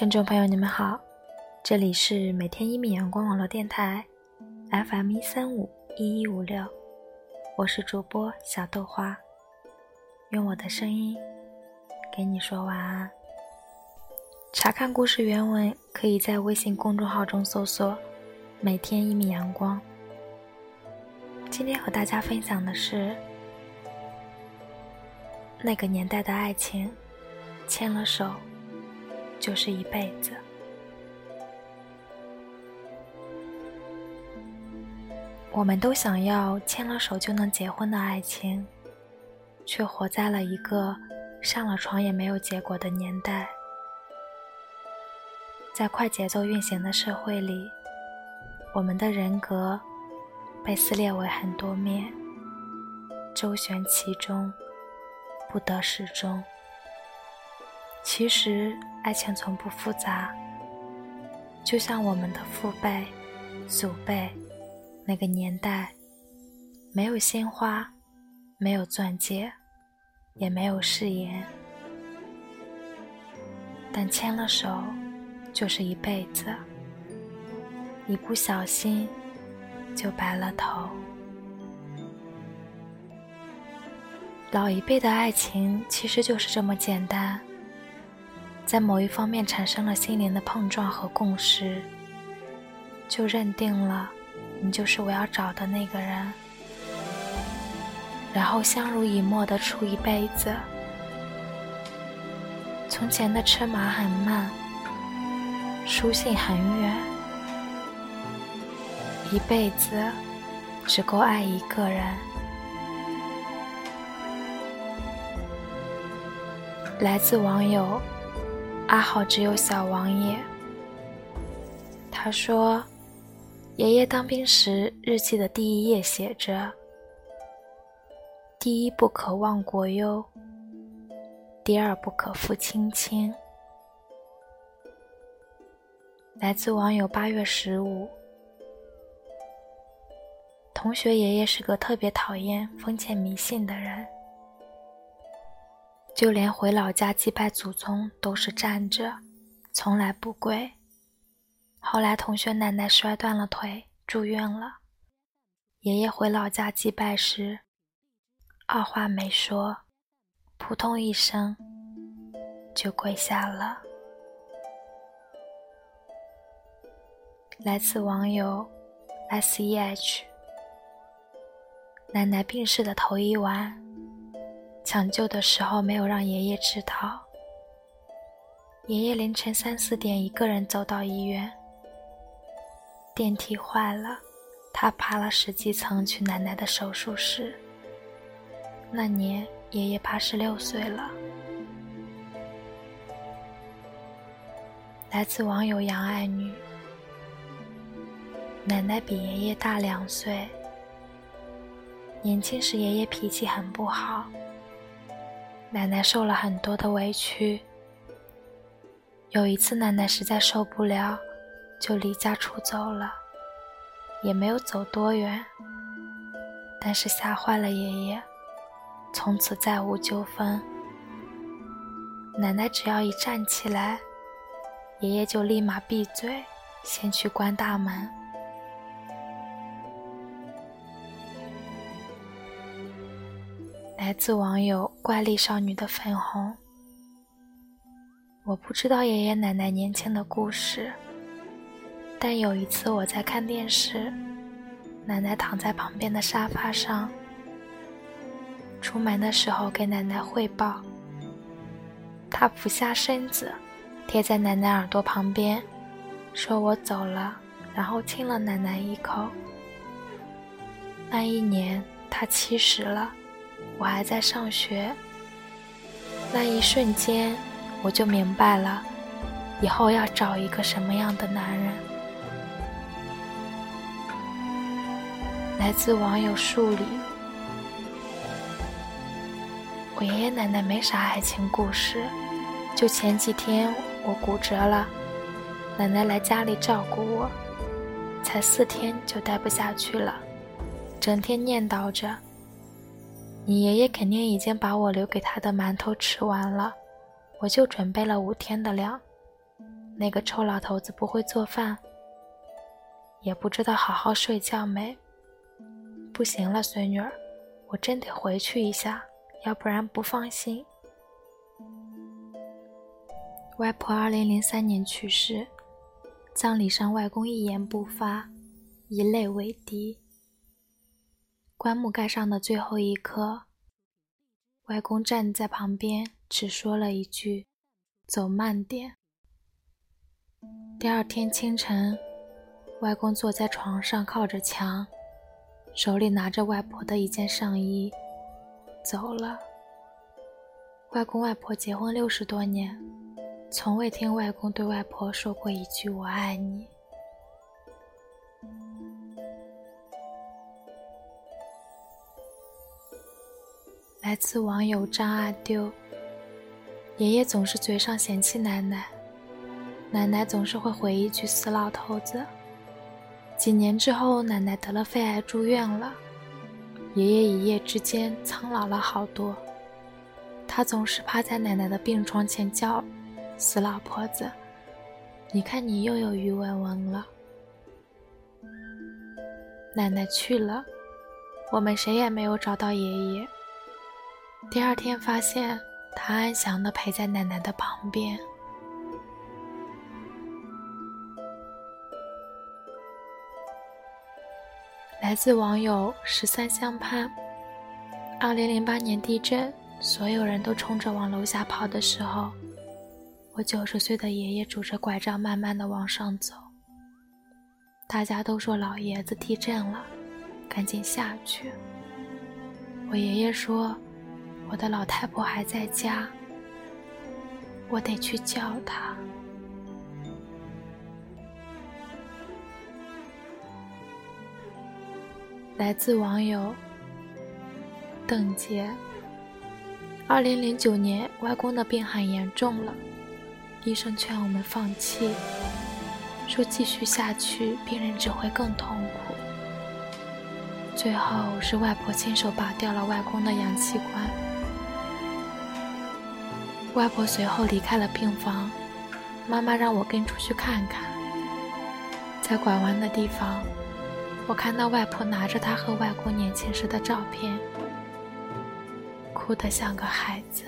听众朋友你们好，这里是每天1米阳光网络电台 FM1351156，我是主播小豆花，用我的声音给你说晚安。查看故事原文可以在微信公众号中搜索每天1米阳光。今天和大家分享的是那个年代的爱情，牵了手就是一辈子。我们都想要牵了手就能结婚的爱情，却活在了一个上了床也没有结果的年代。在快节奏运行的社会里，我们的人格被撕裂为很多面，周旋其中，不得始终。其实爱情从不复杂，就像我们的父辈、祖辈那个年代，没有鲜花，没有钻戒，也没有誓言，但牵了手就是一辈子，一不小心就白了头。老一辈的爱情其实就是这么简单，在某一方面产生了心灵的碰撞和共识，就认定了你就是我要找的那个人，然后相濡以沫地处一辈子。从前的车马很慢，书信很远，一辈子只够爱一个人。来自网友阿浩只有小王爷，他说爷爷当兵时日记的第一页写着：第一不可忘国忧，第二不可负亲亲。来自网友8月15，同学爷爷是个特别讨厌封建迷信的人，就连回老家祭拜祖宗都是站着，从来不跪。后来同学奶奶摔断了腿住院了，爷爷回老家祭拜时，二话没说，扑通一声就跪下了。来自网友 SEH， 奶奶病逝的头一晚，抢救的时候没有让爷爷知道，爷爷凌晨3、4点一个人走到医院，电梯坏了，他爬了10几层去奶奶的手术室。那年爷爷86岁了。来自网友杨爱女，奶奶比爷爷大2岁，年轻时爷爷脾气很不好，奶奶受了很多的委屈。有一次奶奶实在受不了，就离家出走了，也没有走多远，但是吓坏了爷爷，从此再无纠纷。奶奶只要一站起来，爷爷就立马闭嘴，先去关大门。来自网友怪力少女的粉红，我不知道爷爷奶奶年轻的故事，但有一次我在看电视，奶奶躺在旁边的沙发上，出门的时候给奶奶汇报，她俯下身子贴在奶奶耳朵旁边，说我走了，然后亲了奶奶一口。那一年她70了，我还在上学。那一瞬间我就明白了，以后要找一个什么样的男人。来自网友树里，我爷爷奶奶没啥爱情故事，就前几天我骨折了，奶奶来家里照顾我，才4天就待不下去了，整天念叨着，你爷爷肯定已经把我留给他的馒头吃完了，我就准备了5天的量。 那个臭老头子不会做饭，也不知道好好睡觉没。不行了，孙女儿，我真得回去一下，要不然不放心。外婆2003年去世，葬礼上外公一言不发，以泪为笛。棺木盖上的最后一刻，外公站在旁边，只说了一句：“走慢点。”第二天清晨，外公坐在床上靠着墙，手里拿着外婆的一件上衣，走了。外公外婆结婚60多年，从未听外公对外婆说过一句“我爱你”。来自网友张阿丢，爷爷总是嘴上嫌弃奶奶，奶奶总是会回一句死老头子。几年之后，奶奶得了肺癌住院了，爷爷一夜之间苍老了好多。他总是趴在奶奶的病床前叫：“死老婆子，你看你又有鱼纹纹了。”奶奶去了，我们谁也没有找到爷爷。第二天发现他安详地陪在奶奶的旁边。来自网友13相攀，2008年地震，所有人都冲着往楼下跑的时候，我90岁的爷爷拄着拐杖慢慢地往上走。大家都说老爷子地震了，赶紧下去。我爷爷说，我的老太婆还在家，我得去叫她。来自网友邓杰，2009年外公的病很严重了，医生劝我们放弃，说继续下去病人只会更痛苦。最后是外婆亲手拔掉了外公的氧气管。外婆随后离开了病房，妈妈让我跟出去看看。在拐弯的地方，我看到外婆拿着她和外公年轻时的照片，哭得像个孩子。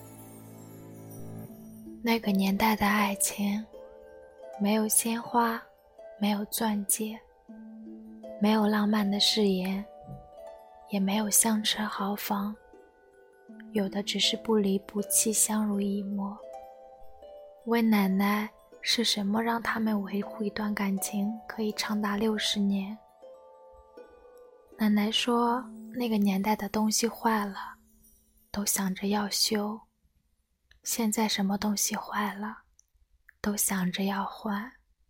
那个年代的爱情，没有鲜花，没有钻戒，没有浪漫的誓言，也没有香车豪房，有的只是不离不弃，相濡以沫。问奶奶是什么让他们维护一段感情可以长达60年？奶奶说，那个年代的东西坏了，都想着要修，现在什么东西坏了，都想着要换。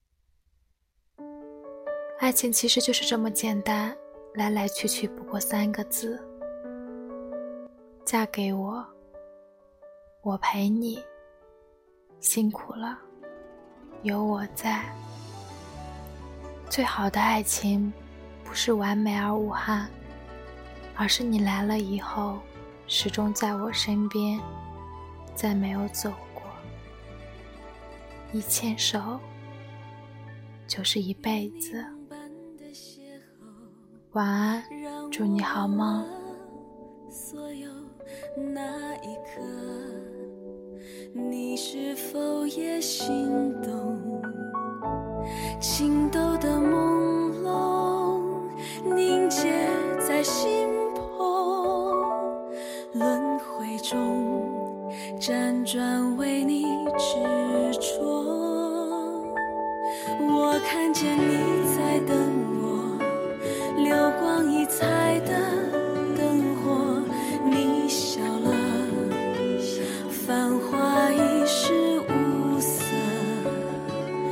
爱情其实就是这么简单，来来去去不过3个字：嫁给我，我陪你，辛苦了，有我在。最好的爱情不是完美而无憾，而是你来了以后始终在我身边，再没有走过。一牵手就是一辈子。晚安，祝你好梦。 所有那一刻，你是否也心动？情窦的朦胧凝结在心魄，轮回中辗转为你执着。我看见你在等我，流光溢彩的灯火，你笑了，繁华已是无色。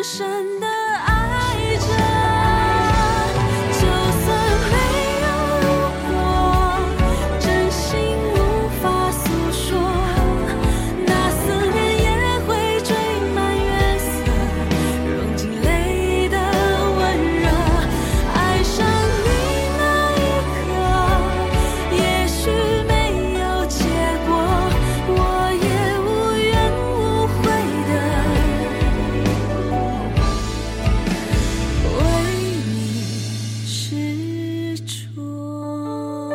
深的爱着，就算没有如果，真心无法诉说，那思念也会追满月色，融进泪的温热。爱上你那一刻，也许没有结果，我也无怨无悔的为你执着。